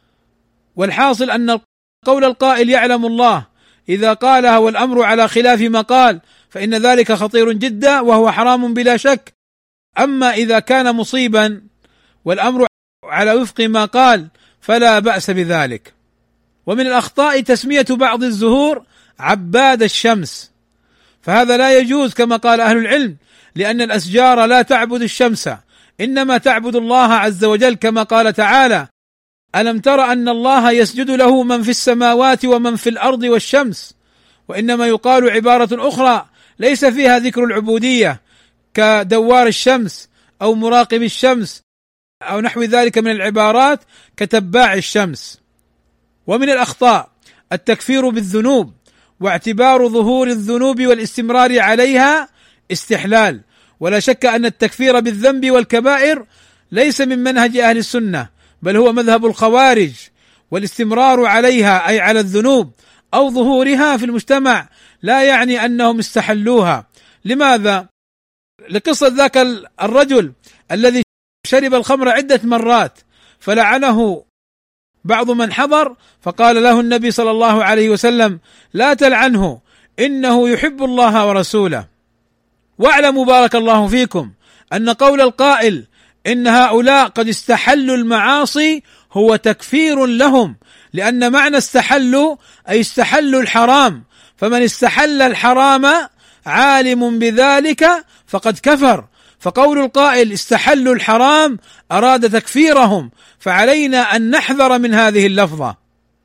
والحاصل أن قول القائل يعلم الله إذا قالها والأمر على خلاف ما قال فإن ذلك خطير جدا، وهو حرام بلا شك. أما إذا كان مصيبا والأمر على وفق ما قال فلا بأس بذلك. ومن الأخطاء تسمية بعض الزهور عباد الشمس، فهذا لا يجوز كما قال أهل العلم، لأن الأشجار لا تعبد الشمس، إنما تعبد الله عز وجل، كما قال تعالى: ألم تر أن الله يسجد له من في السماوات ومن في الأرض والشمس. وإنما يقال عبارة أخرى ليس فيها ذكر العبودية، كدوار الشمس أو مراقب الشمس أو نحو ذلك من العبارات كتباع الشمس. ومن الأخطاء التكفير بالذنوب، واعتبار ظهور الذنوب والاستمرار عليها استحلال. ولا شك أن التكفير بالذنب والكبائر ليس من منهج أهل السنة، بل هو مذهب الخوارج، والاستمرار عليها أي على الذنوب أو ظهورها في المجتمع لا يعني أنهم استحلوها. لماذا؟ لقصة ذاك الرجل الذي شرب الخمر عدة مرات فلعنه بعض من حضر، فقال له النبي صلى الله عليه وسلم: لا تلعنه إنه يحب الله ورسوله. واعلموا بارك الله فيكم أن قول القائل إن هؤلاء قد استحلوا المعاصي هو تكفير لهم، لأن معنى استحلوا أي استحلوا الحرام، فمن استحل الحرام عالم بذلك فقد كفر. فقول القائل استحلوا الحرام أراد تكفيرهم، فعلينا أن نحذر من هذه اللفظة.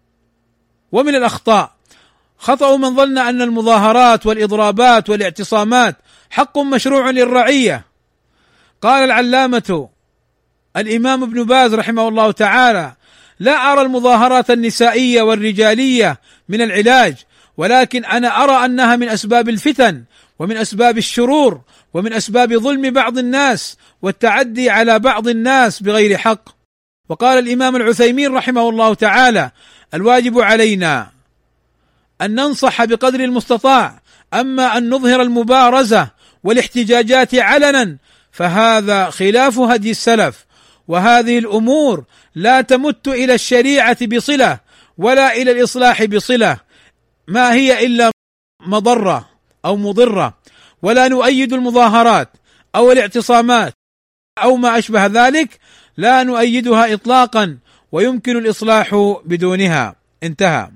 ومن الأخطاء خطأ من ظن أن المظاهرات والإضرابات والاعتصامات حق مشروع للرعية. قال العلامة الإمام ابن باز رحمه الله تعالى: لا أرى المظاهرات النسائية والرجالية من العلاج، ولكن أنا أرى أنها من أسباب الفتن ومن أسباب الشرور ومن أسباب ظلم بعض الناس والتعدي على بعض الناس بغير حق. وقال الإمام العثيمين رحمه الله تعالى: الواجب علينا أن ننصح بقدر المستطاع، أما أن نظهر المبارزة والاحتجاجات علنا فهذا خلاف هدي السلف، وهذه الأمور لا تمت إلى الشريعة بصلة ولا إلى الإصلاح بصلة، ما هي إلا مضرة أو مضرة، ولا نؤيد المظاهرات أو الاعتصامات أو ما أشبه ذلك، لا نؤيدها إطلاقا، ويمكن الإصلاح بدونها. انتهى.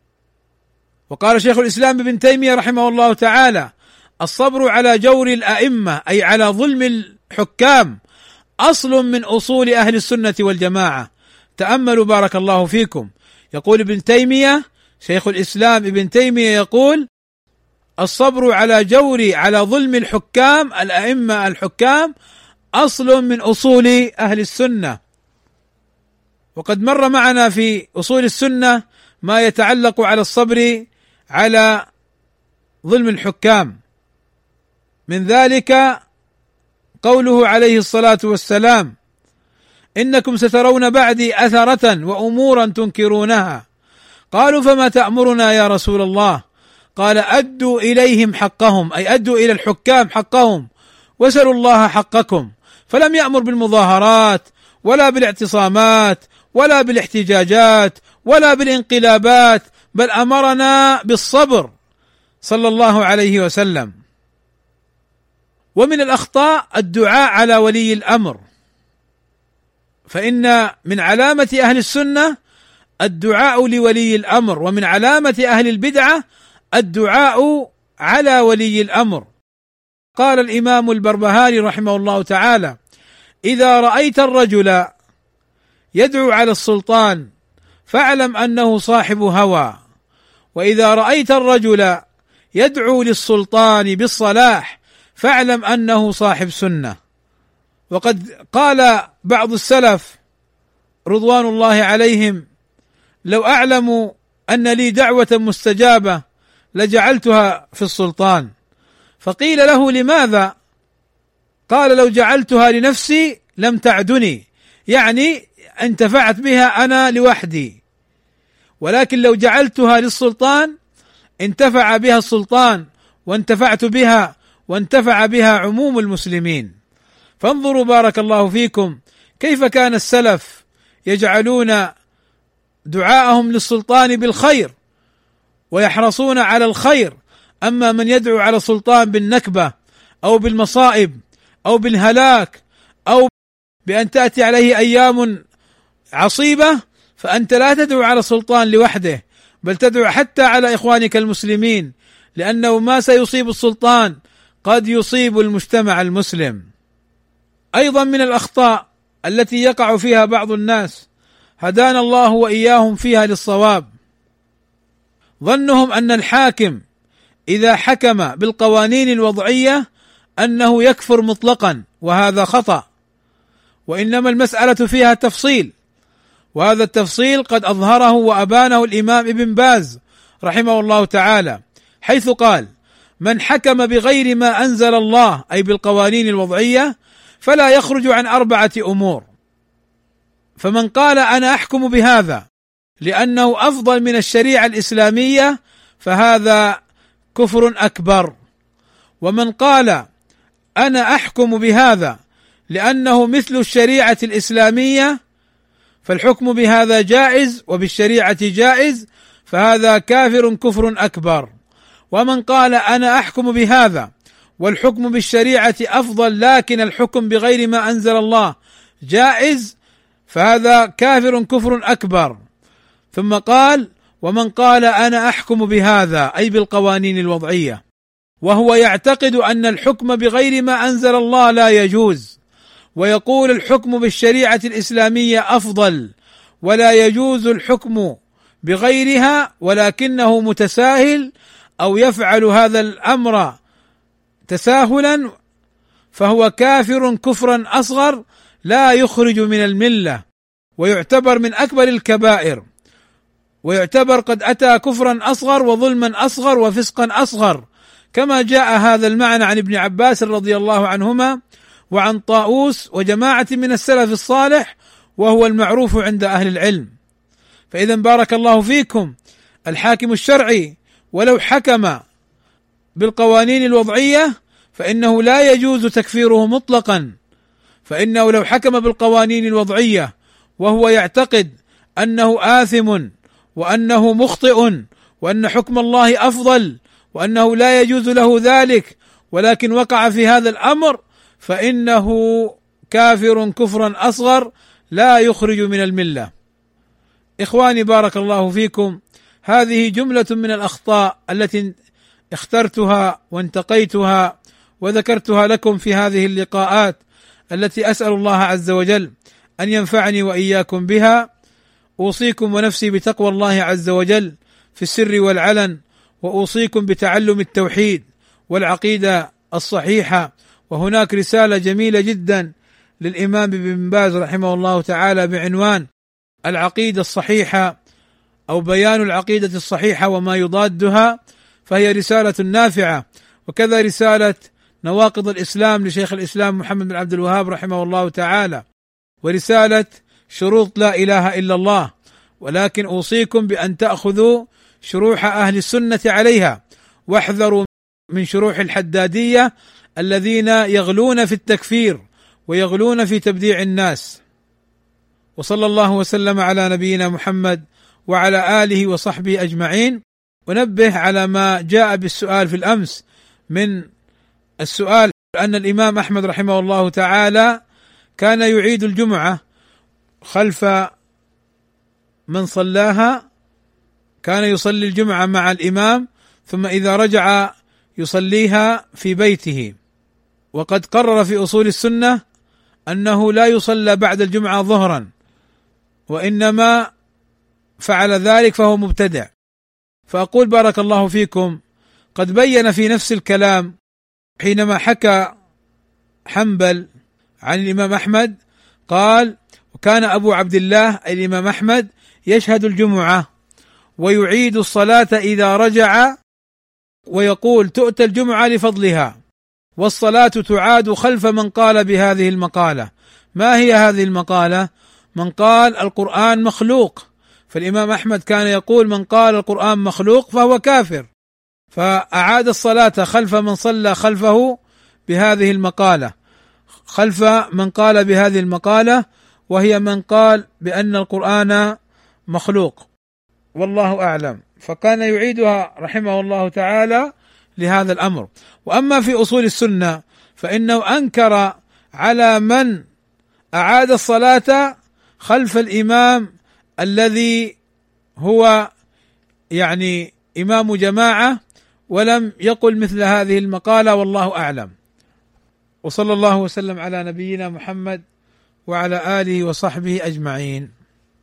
وقال شيخ الإسلام ابن تيمية رحمه الله تعالى: الصبر على جور الأئمة أي على ظلم الحكام أصل من أصول أهل السنة والجماعة. تأملوا بارك الله فيكم. يقول ابن تيمية شيخ الإسلام ابن تيمية يقول: الصبر على جور على ظلم الحكام الأئمة الحكام أصل من أصول أهل السنة. وقد مر معنا في أصول السنة ما يتعلق على الصبر على ظلم الحكام، من ذلك قوله عليه الصلاة والسلام: إنكم سترون بعدي أثرة وأمورا تنكرونها. قالوا: فما تأمرنا يا رسول الله؟ قال: أدوا إليهم حقهم، أي أدوا إلى الحكام حقهم، وسلوا الله حقكم. فلم يأمر بالمظاهرات ولا بالاعتصامات ولا بالاحتجاجات ولا بالانقلابات، بل أمرنا بالصبر صلى الله عليه وسلم. ومن الأخطاء الدعاء على ولي الأمر، فإن من علامة أهل السنة الدعاء لولي الأمر، ومن علامة أهل البدعة الدعاء على ولي الأمر. قال الإمام البربهاري رحمه الله تعالى: إذا رأيت الرجل يدعو على السلطان فاعلم أنه صاحب هوى، وإذا رأيت الرجل يدعو للسلطان بالصلاح فاعلم أنه صاحب سنة. وقد قال بعض السلف رضوان الله عليهم: لو أعلم أن لي دعوة مستجابة لجعلتها في السلطان. فقيل له: لماذا؟ قال: لو جعلتها لنفسي لم تعدني، يعني انتفعت بها أنا لوحدي، ولكن لو جعلتها للسلطان انتفع بها السلطان وانتفعت بها وانتفع بها عموم المسلمين. فانظروا بارك الله فيكم كيف كان السلف يجعلون دعاءهم للسلطان بالخير ويحرصون على الخير، أما من يدعو على السلطان بالنكبة أو بالمصائب أو بالهلاك أو بأن تأتي عليه أيام عصيبة، فأنت لا تدعو على السلطان لوحده، بل تدعو حتى على إخوانك المسلمين، لأنه ما سيصيب السلطان قد يصيب المجتمع المسلم. أيضا من الأخطاء التي يقع فيها بعض الناس هدانا الله وإياهم فيها للصواب، ظنهم أن الحاكم إذا حكم بالقوانين الوضعية أنه يكفر مطلقا، وهذا خطأ، وإنما المسألة فيها تفصيل، وهذا التفصيل قد أظهره وأبانه الإمام ابن باز رحمه الله تعالى، حيث قال: من حكم بغير ما أنزل الله، أي بالقوانين الوضعية، فلا يخرج عن أربعة أمور. فمن قال أنا أحكم بهذا لأنه أفضل من الشريعة الإسلامية فهذا كفر أكبر، ومن قال أنا أحكم بهذا لأنه مثل الشريعة الإسلامية فالحكم بهذا جائز وبالشريعة جائز فهذا كافر كفر أكبر، ومن قال أنا أحكم بهذا والحكم بالشريعة أفضل لكن الحكم بغير ما أنزل الله جائز فهذا كافر كفر أكبر. ثم قال: ومن قال أنا أحكم بهذا، أي بالقوانين الوضعية، وهو يعتقد أن الحكم بغير ما أنزل الله لا يجوز، ويقول الحكم بالشريعة الإسلامية أفضل ولا يجوز الحكم بغيرها، ولكنه متساهل أو يفعل هذا الأمر تساهلا، فهو كافر كفرا أصغر لا يخرج من الملة، ويعتبر من أكبر الكبائر، ويعتبر قد أتى كفرا أصغر وظلما أصغر وفسقا أصغر، كما جاء هذا المعنى عن ابن عباس رضي الله عنهما وعن طاووس وجماعة من السلف الصالح، وهو المعروف عند أهل العلم. فإذا بارك الله فيكم الحاكم الشرعي ولو حكم بالقوانين الوضعية فإنه لا يجوز تكفيره مطلقا، فإنه لو حكم بالقوانين الوضعية وهو يعتقد أنه آثم وأنه مخطئ وأن حكم الله أفضل وأنه لا يجوز له ذلك، ولكن وقع في هذا الأمر، فإنه كافر كفرا أصغر لا يخرج من الملة. إخواني بارك الله فيكم، هذه جملة من الأخطاء التي اخترتها وانتقيتها وذكرتها لكم في هذه اللقاءات التي أسأل الله عز وجل أن ينفعني وإياكم بها. أوصيكم ونفسي بتقوى الله عز وجل في السر والعلن، وأوصيكم بتعلم التوحيد والعقيدة الصحيحة. وهناك رسالة جميلة جدا للإمام ابن باز رحمه الله تعالى بعنوان العقيدة الصحيحة أو بيان العقيدة الصحيحة وما يضادها، فهي رسالة نافعة. وكذا رسالة نواقض الإسلام لشيخ الإسلام محمد بن عبد الوهاب رحمه الله تعالى، ورسالة شروط لا إله إلا الله. ولكن أوصيكم بأن تأخذوا شروح أهل السنة عليها، واحذروا من شروح الحدادية الذين يغلون في التكفير ويغلون في تبديع الناس. وصلى الله وسلم على نبينا محمد وعلى آله وصحبه أجمعين. ونبه على ما جاء بالسؤال في الأمس من السؤال أن الإمام أحمد رحمه الله تعالى كان يعيد الجمعة خلف من صلاها، كان يصلي الجمعة مع الإمام ثم إذا رجع يصليها في بيته. وقد قرر في أصول السنة أنه لا يصلى بعد الجمعة ظهرا، وإنما فعل ذلك فهو مبتدع. فأقول بارك الله فيكم، قد بين في نفس الكلام حينما حكى حنبل عن الإمام أحمد قال: وكان أبو عبد الله الإمام أحمد يشهد الجمعة ويعيد الصلاة إذا رجع، ويقول: تؤتى الجمعة لفضلها، والصلاة تعاد خلف من قال بهذه المقالة. ما هي هذه المقالة؟ من قال القرآن مخلوق، فالإمام أحمد كان يقول: من قال القرآن مخلوق فهو كافر، فأعاد الصلاة خلف من صلى خلفه بهذه المقالة، خلف من قال بهذه المقالة، وهي من قال بأن القرآن مخلوق، والله أعلم. فكان يعيدها رحمه الله تعالى لهذا الأمر. وأما في أصول السنة فإنه أنكر على من أعاد الصلاة خلف الإمام الذي هو يعني إمام جماعة ولم يقل مثل هذه المقالة، والله أعلم. وصلى الله وسلم على نبينا محمد وعلى آله وصحبه أجمعين.